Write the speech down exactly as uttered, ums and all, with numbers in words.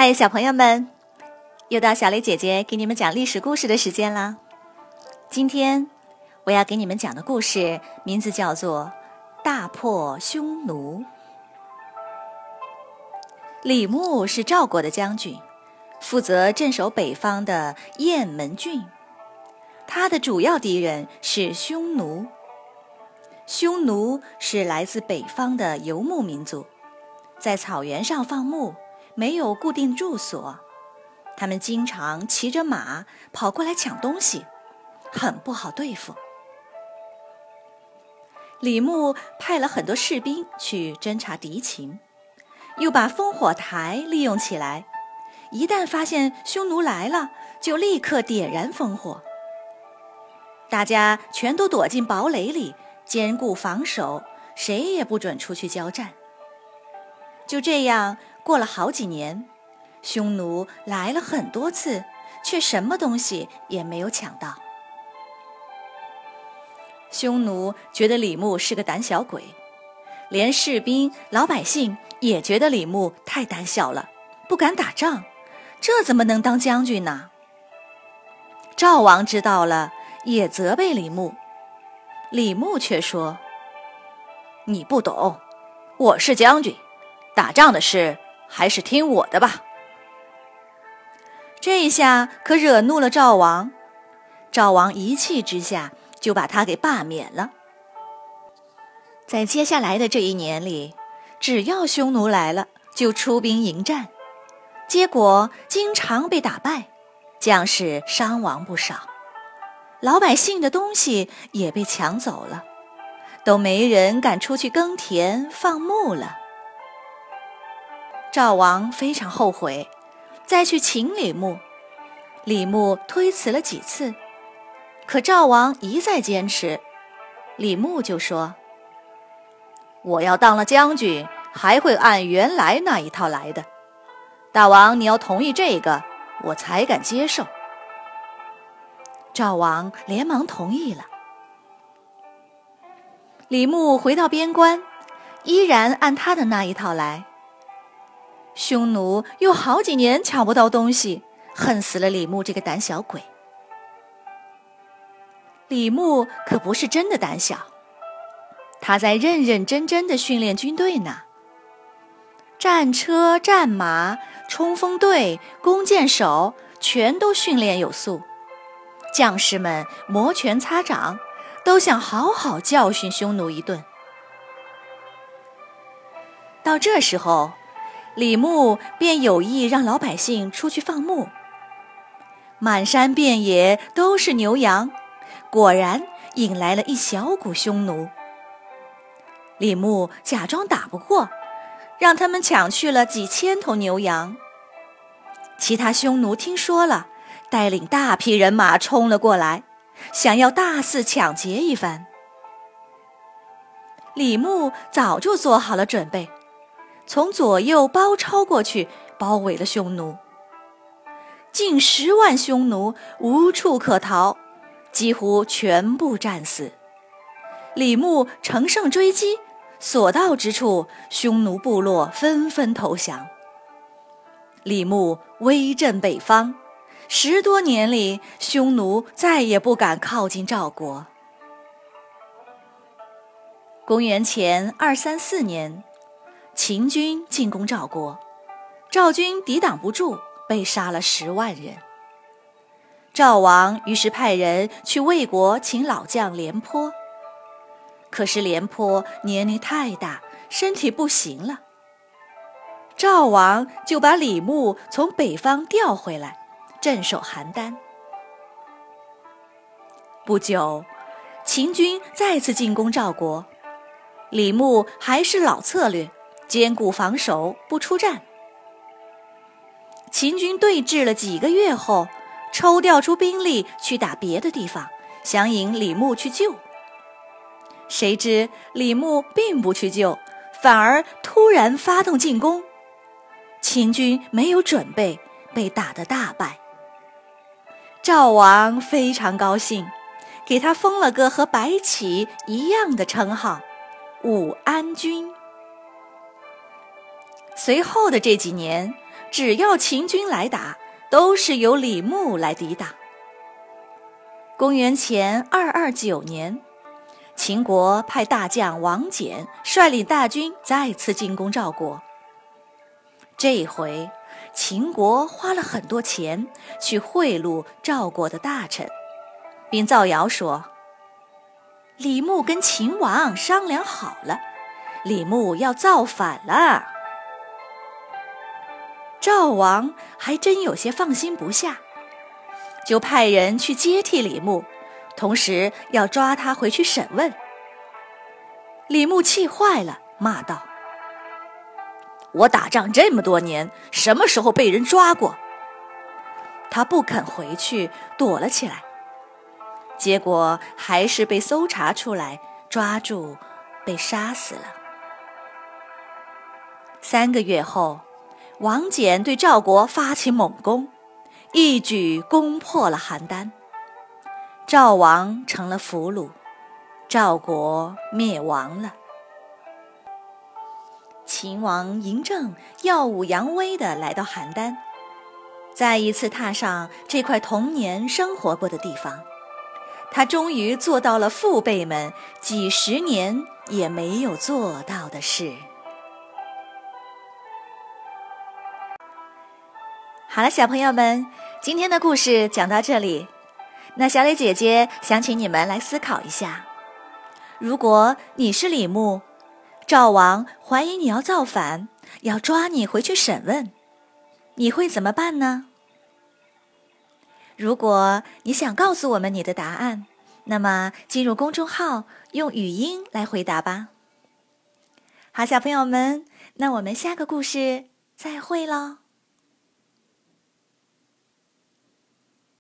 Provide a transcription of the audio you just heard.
嗨，小朋友们，又到小雷姐姐给你们讲历史故事的时间啦。今天我要给你们讲的故事名字叫做《大破匈奴》。李牧是赵国的将军，负责镇守北方的雁门郡。他的主要敌人是匈奴。匈奴是来自北方的游牧民族，在草原上放牧，没有固定住所。他们经常骑着马跑过来抢东西，很不好对付。李牧派了很多士兵去侦察敌情，又把烽火台利用起来，一旦发现匈奴来了，就立刻点燃烽火。大家全都躲进堡垒里，坚固防守，谁也不准出去交战。就这样过了好几年，匈奴来了很多次，却什么东西也没有抢到。匈奴觉得李牧是个胆小鬼，连士兵、老百姓也觉得李牧太胆小了，不敢打仗，这怎么能当将军呢？赵王知道了，也责备李牧。李牧却说：“你不懂，我是将军，打仗的事还是听我的吧。”这一下可惹怒了赵王，赵王一气之下就把他给罢免了。在接下来的这一年里，只要匈奴来了，就出兵迎战，结果经常被打败，将士伤亡不少，老百姓的东西也被抢走了，都没人敢出去耕田放牧了。赵王非常后悔，再去请李牧。李牧推辞了几次，可赵王一再坚持，李牧就说：“我要当了将军，还会按原来那一套来的。大王你要同意这个，我才敢接受。”赵王连忙同意了。李牧回到边关，依然按他的那一套来。匈奴又好几年抢不到东西，恨死了李牧这个胆小鬼。李牧可不是真的胆小，他在认认真真的训练军队呢。战车、战马、冲锋队、弓箭手全都训练有素，将士们摩拳擦掌，都想好好教训匈奴一顿。到这时候，李牧便有意让老百姓出去放牧。满山遍野都是牛羊，果然引来了一小股匈奴。李牧假装打不过，让他们抢去了几千头牛羊。其他匈奴听说了，带领大批人马冲了过来，想要大肆抢劫一番。李牧早就做好了准备，从左右包抄过去，包围了匈奴。近十万匈奴无处可逃，几乎全部战死。李牧乘胜追击，所到之处，匈奴部落纷纷投降。李牧威震北方，十多年里，匈奴再也不敢靠近赵国。公元前二三四年，秦军进攻赵国，赵军抵挡不住，被杀了十万人。赵王于是派人去魏国请老将廉颇，可是廉颇年龄太大，身体不行了。赵王就把李牧从北方调回来，镇守邯郸。不久，秦军再次进攻赵国，李牧还是老策略，坚固防守，不出战。秦军对峙了几个月后，抽调出兵力去打别的地方，想引李牧去救。谁知李牧并不去救，反而突然发动进攻。秦军没有准备，被打得大败。赵王非常高兴，给他封了个和白起一样的称号武安君。随后的这几年， 只要秦军来打，都是由李牧来抵挡。公元前二二九年，秦国派大将王翦率领大军再次进攻赵国。这一回，秦国花了很多钱去贿赂赵国的大臣，并造谣说李牧跟秦王商量好了，李牧要造反了。赵王还真有些放心不下，就派人去接替李牧，同时要抓他回去审问。李牧气坏了，骂道：我打仗这么多年，什么时候被人抓过？他不肯回去，躲了起来，结果还是被搜查出来，抓住，被杀死了。三个月后，王翦对赵国发起猛攻，一举攻破了邯郸，赵王成了俘虏，赵国灭亡了。秦王嬴政耀武扬威地来到邯郸，再一次踏上这块童年生活过的地方，他终于做到了父辈们几十年也没有做到的事。好了，小朋友们，今天的故事讲到这里。那小磊姐姐想请你们来思考一下，如果你是李牧，赵王怀疑你要造反，要抓你回去审问，你会怎么办呢？如果你想告诉我们你的答案，那么进入公众号用语音来回答吧。好，小朋友们，那我们下个故事再会咯。